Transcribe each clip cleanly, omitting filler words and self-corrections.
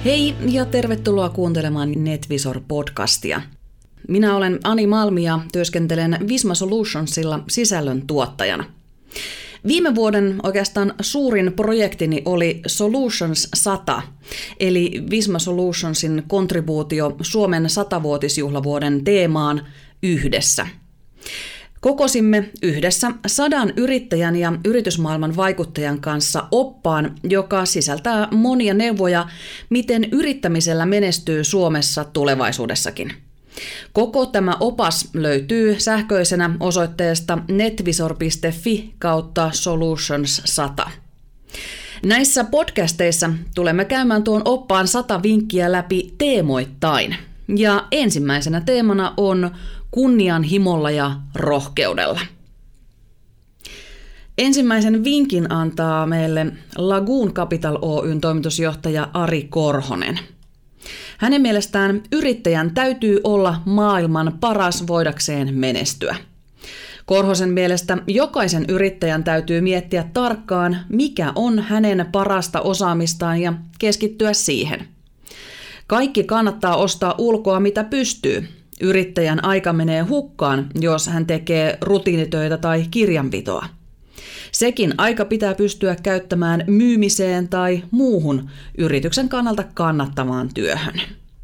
Hei ja tervetuloa kuuntelemaan NetVisor-podcastia. Minä olen Ani Malmi ja työskentelen Visma Solutionsilla sisällön tuottajana. Viime vuoden oikeastaan suurin projektini oli Solutions 100, eli Visma Solutionsin kontribuutio Suomen 100-vuotisjuhlavuoden teemaan Yhdessä. Kokosimme yhdessä 100 yrittäjän ja yritysmaailman vaikuttajan kanssa oppaan, joka sisältää monia neuvoja, miten yrittämisellä menestyy Suomessa tulevaisuudessakin. Koko tämä opas löytyy sähköisenä osoitteesta netvisor.fi/solutions100. Näissä podcasteissa tulemme käymään tuon oppaan 100 vinkkiä läpi teemoittain. Ja ensimmäisenä teemana on kunnianhimolla ja rohkeudella. Ensimmäisen vinkin antaa meille Lagoon Capital Oyn toimitusjohtaja Ari Korhonen. Hänen mielestään yrittäjän täytyy olla maailman paras voidakseen menestyä. Korhosen mielestä jokaisen yrittäjän täytyy miettiä tarkkaan, mikä on hänen parasta osaamistaan ja keskittyä siihen. Kaikki kannattaa ostaa ulkoa mitä pystyy. Yrittäjän aika menee hukkaan, jos hän tekee rutiinitöitä tai kirjanpitoa. Sekin aika pitää pystyä käyttämään myymiseen tai muuhun yrityksen kannalta kannattavaan työhön.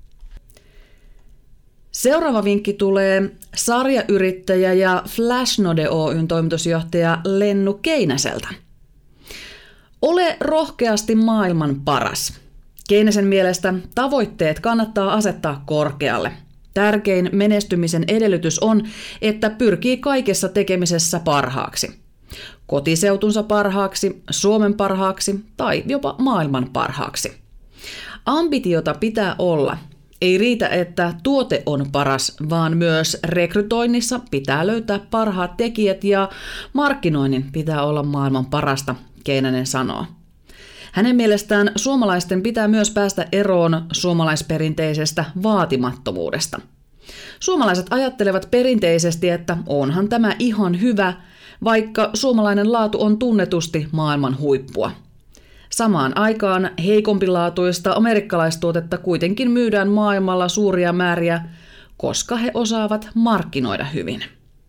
Seuraava vinkki tulee sarjayrittäjä ja Flashnode Oyn toimitusjohtaja Lennu Keinäseltä. Ole rohkeasti maailman paras. Keinäsen mielestä tavoitteet kannattaa asettaa korkealle. Tärkein menestymisen edellytys on, että pyrkii kaikessa tekemisessä parhaaksi. Kotiseutunsa parhaaksi, Suomen parhaaksi tai jopa maailman parhaaksi. Ambitiota pitää olla. Ei riitä, että tuote on paras, vaan myös rekrytoinnissa pitää löytää parhaat tekijät ja markkinoinnin pitää olla maailman parasta, Keinänen sanoo. Hänen mielestään suomalaisten pitää myös päästä eroon suomalaisperinteisestä vaatimattomuudesta. Suomalaiset ajattelevat perinteisesti, että onhan tämä ihan hyvä, vaikka suomalainen laatu on tunnetusti maailman huippua. Samaan aikaan heikompilaatuista amerikkalaistuotetta kuitenkin myydään maailmalla suuria määriä, koska he osaavat markkinoida hyvin.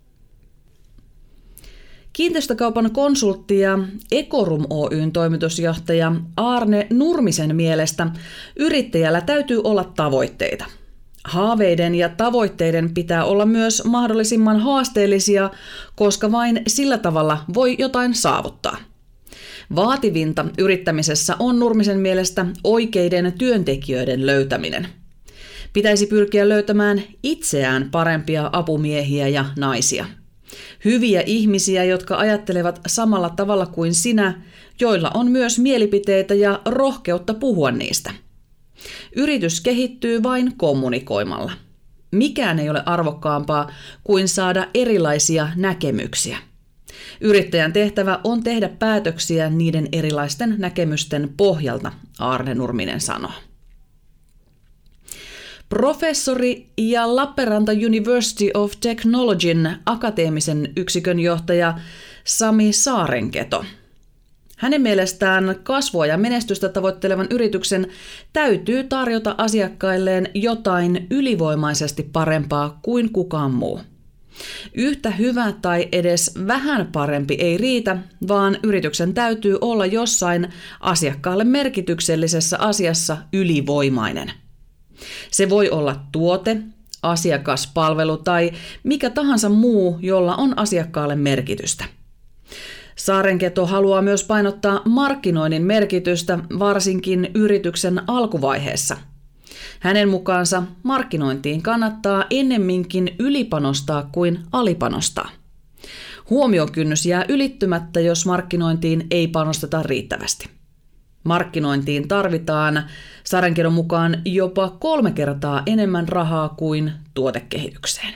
Kiinteistökaupan konsultti ja Ekorum Oyn toimitusjohtaja Arne Nurmisen mielestä yrittäjällä täytyy olla tavoitteita. Haaveiden ja tavoitteiden pitää olla myös mahdollisimman haasteellisia, koska vain sillä tavalla voi jotain saavuttaa. Vaativinta yrittämisessä on Nurmisen mielestä oikeiden työntekijöiden löytäminen. Pitäisi pyrkiä löytämään itseään parempia apumiehiä ja naisia. Hyviä ihmisiä, jotka ajattelevat samalla tavalla kuin sinä, joilla on myös mielipiteitä ja rohkeutta puhua niistä. Yritys kehittyy vain kommunikoimalla. Mikään ei ole arvokkaampaa kuin saada erilaisia näkemyksiä. Yrittäjän tehtävä on tehdä päätöksiä niiden erilaisten näkemysten pohjalta, Arne Nurminen sanoo. Professori ja Lappeenranta University of Technologyn akateemisen yksikön johtaja Sami Saarenketo. Hänen mielestään kasvua ja menestystä tavoittelevan yrityksen täytyy tarjota asiakkailleen jotain ylivoimaisesti parempaa kuin kukaan muu. Yhtä hyvä tai edes vähän parempi ei riitä, vaan yrityksen täytyy olla jossain asiakkaalle merkityksellisessä asiassa ylivoimainen. Se voi olla tuote, asiakaspalvelu tai mikä tahansa muu, jolla on asiakkaalle merkitystä. Saarenketo haluaa myös painottaa markkinoinnin merkitystä varsinkin yrityksen alkuvaiheessa. Hänen mukaansa markkinointiin kannattaa ennemminkin ylipanostaa kuin alipanostaa. Huomiokynnys jää ylittymättä, jos markkinointiin ei panosteta riittävästi. Markkinointiin tarvitaan Saarenkedon mukaan jopa 3 kertaa enemmän rahaa kuin tuotekehitykseen.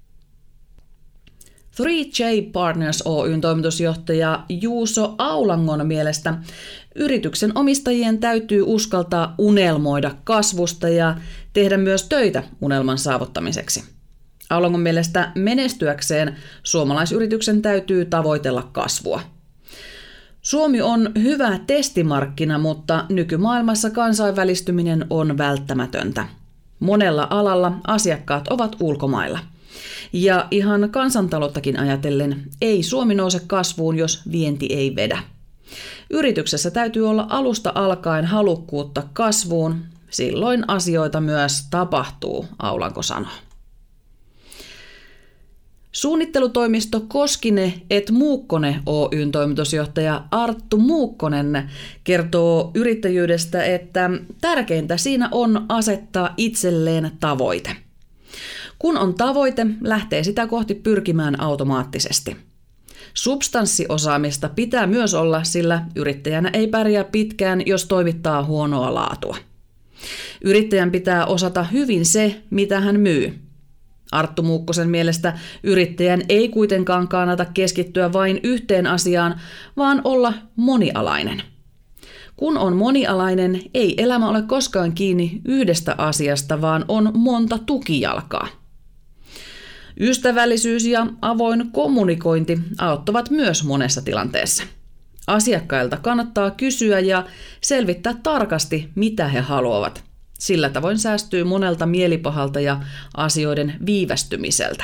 3J Partners Oyn toimitusjohtaja Juuso Aulangon mielestä yrityksen omistajien täytyy uskaltaa unelmoida kasvusta ja tehdä myös töitä unelman saavuttamiseksi. Aulangon mielestä menestyäkseen suomalaisyrityksen täytyy tavoitella kasvua. Suomi on hyvä testimarkkina, mutta nykymaailmassa kansainvälistyminen on välttämätöntä. Monella alalla asiakkaat ovat ulkomailla. Ja ihan kansantalouttakin ajatellen, ei Suomi nouse kasvuun, jos vienti ei vedä. Yrityksessä täytyy olla alusta alkaen halukkuutta kasvuun, silloin asioita myös tapahtuu, Aulanko sanoo. Suunnittelutoimisto Koskine et Muukkone Oyn toimitusjohtaja Arttu Muukkonen kertoo yrittäjyydestä, että tärkeintä siinä on asettaa itselleen tavoite. Kun on tavoite, lähtee sitä kohti pyrkimään automaattisesti. Substanssiosaamista pitää myös olla, sillä yrittäjänä ei pärjää pitkään, jos toimittaa huonoa laatua. Yrittäjän pitää osata hyvin se, mitä hän myy. Arttu Muukkosen mielestä yrittäjän ei kuitenkaan kannata keskittyä vain yhteen asiaan, vaan olla monialainen. Kun on monialainen, ei elämä ole koskaan kiinni yhdestä asiasta, vaan on monta tukijalkaa. Ystävällisyys ja avoin kommunikointi auttavat myös monessa tilanteessa. Asiakkailta kannattaa kysyä ja selvittää tarkasti, mitä he haluavat. Sillä tavoin säästyy monelta mielipahalta ja asioiden viivästymiseltä.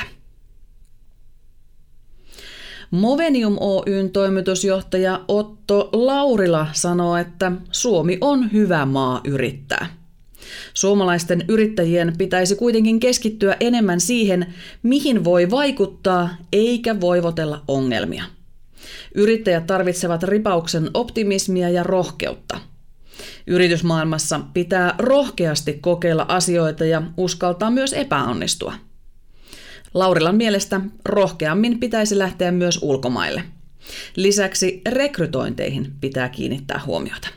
Movenium Oyn toimitusjohtaja Otto Laurila sanoo, että Suomi on hyvä maa yrittää. Suomalaisten yrittäjien pitäisi kuitenkin keskittyä enemmän siihen, mihin voi vaikuttaa, eikä voivotella ongelmia. Yrittäjät tarvitsevat ripauksen optimismia ja rohkeutta. Yritysmaailmassa pitää rohkeasti kokeilla asioita ja uskaltaa myös epäonnistua. Laurilan mielestä rohkeammin pitäisi lähteä myös ulkomaille. Lisäksi rekrytointeihin pitää kiinnittää huomiota.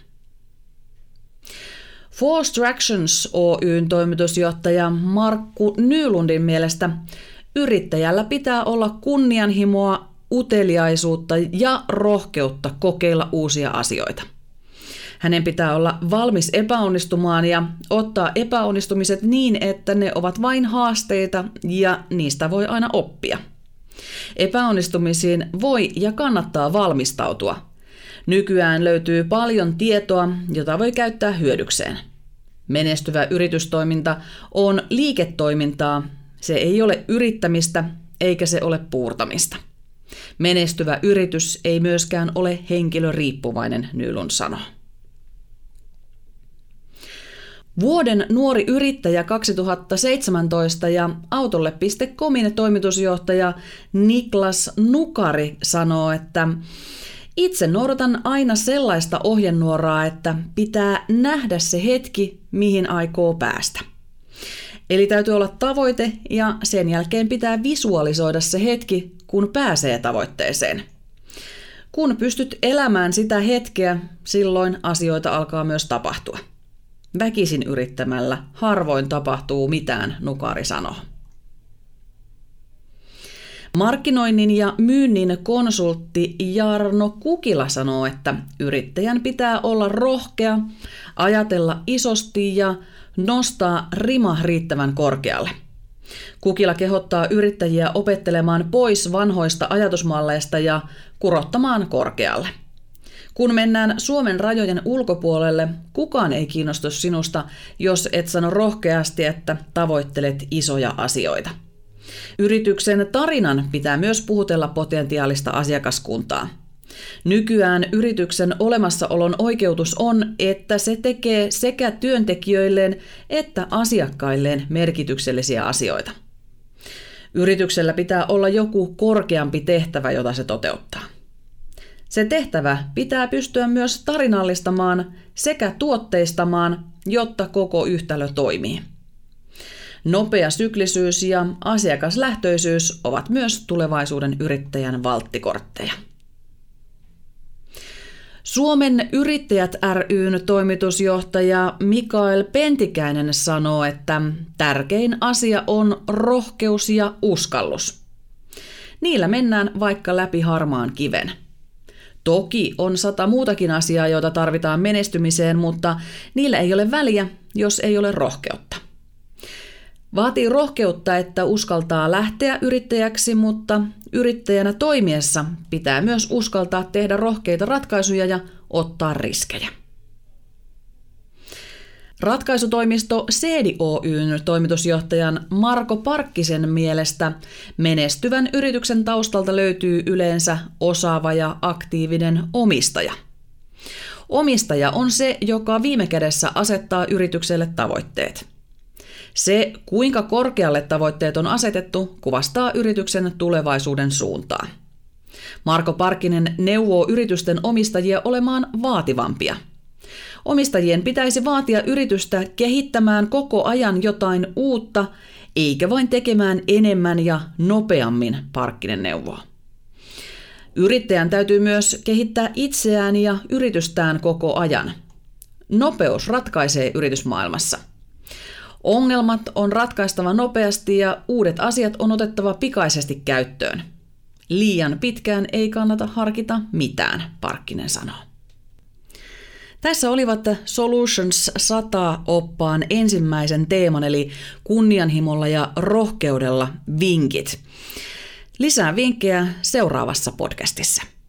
Forced Actions Oyn toimitusjohtaja Markku Nylundin mielestä yrittäjällä pitää olla kunnianhimoa, uteliaisuutta ja rohkeutta kokeilla uusia asioita. Hänen pitää olla valmis epäonnistumaan ja ottaa epäonnistumiset niin, että ne ovat vain haasteita ja niistä voi aina oppia. Epäonnistumisiin voi ja kannattaa valmistautua. Nykyään löytyy paljon tietoa, jota voi käyttää hyödykseen. Menestyvä yritystoiminta on liiketoimintaa. Se ei ole yrittämistä eikä se ole puurtamista. Menestyvä yritys ei myöskään ole henkilöriippuvainen, Nylund sanoo. Vuoden nuori yrittäjä 2017 ja autolle.comin toimitusjohtaja Niklas Nukari sanoo, että itse noudatan aina sellaista ohjenuoraa, että pitää nähdä se hetki, mihin aikoo päästä. Eli täytyy olla tavoite ja sen jälkeen pitää visualisoida se hetki, kun pääsee tavoitteeseen. Kun pystyt elämään sitä hetkeä, silloin asioita alkaa myös tapahtua. Väkisin yrittämällä harvoin tapahtuu mitään, Nukari sanoo. Markkinoinnin ja myynnin konsultti Jarno Kukila sanoo, että yrittäjän pitää olla rohkea, ajatella isosti ja nostaa rima riittävän korkealle. Kukila kehottaa yrittäjiä opettelemaan pois vanhoista ajatusmalleista ja kurottamaan korkealle. Kun mennään Suomen rajojen ulkopuolelle, kukaan ei kiinnostu sinusta, jos et sano rohkeasti, että tavoittelet isoja asioita. Yrityksen tarinan pitää myös puhutella potentiaalista asiakaskuntaa. Nykyään yrityksen olemassaolon oikeutus on, että se tekee sekä työntekijöilleen että asiakkailleen merkityksellisiä asioita. Yrityksellä pitää olla joku korkeampi tehtävä, jota se toteuttaa. Se tehtävä pitää pystyä myös tarinallistamaan sekä tuotteistamaan, jotta koko yhtälö toimii. Nopea syklisyys ja asiakaslähtöisyys ovat myös tulevaisuuden yrittäjän valttikortteja. Suomen Yrittäjät ry:n toimitusjohtaja Mikael Pentikäinen sanoo, että tärkein asia on rohkeus ja uskallus. Niillä mennään vaikka läpi harmaan kiven. Toki on 100 muutakin asiaa, joita tarvitaan menestymiseen, mutta niillä ei ole väliä, jos ei ole rohkeutta. Vaatii rohkeutta, että uskaltaa lähteä yrittäjäksi, mutta yrittäjänä toimiessa pitää myös uskaltaa tehdä rohkeita ratkaisuja ja ottaa riskejä. Ratkaisutoimisto Seedi Oyn toimitusjohtajan Marko Parkkisen mielestä menestyvän yrityksen taustalta löytyy yleensä osaava ja aktiivinen omistaja. Omistaja on se, joka viime kädessä asettaa yritykselle tavoitteet. Se, kuinka korkealle tavoitteet on asetettu, kuvastaa yrityksen tulevaisuuden suuntaa. Marko Parkkinen neuvoo yritysten omistajia olemaan vaativampia. Omistajien pitäisi vaatia yritystä kehittämään koko ajan jotain uutta, eikä vain tekemään enemmän ja nopeammin, Parkkinen neuvoo. Yrittäjän täytyy myös kehittää itseään ja yritystään koko ajan. Nopeus ratkaisee yritysmaailmassa. Ongelmat on ratkaistava nopeasti ja uudet asiat on otettava pikaisesti käyttöön. Liian pitkään ei kannata harkita mitään, Parkkinen sanoo. Tässä olivat Solutions 100-oppaan ensimmäisen teeman, eli kunnianhimolla ja rohkeudella vinkit. Lisää vinkkejä seuraavassa podcastissa.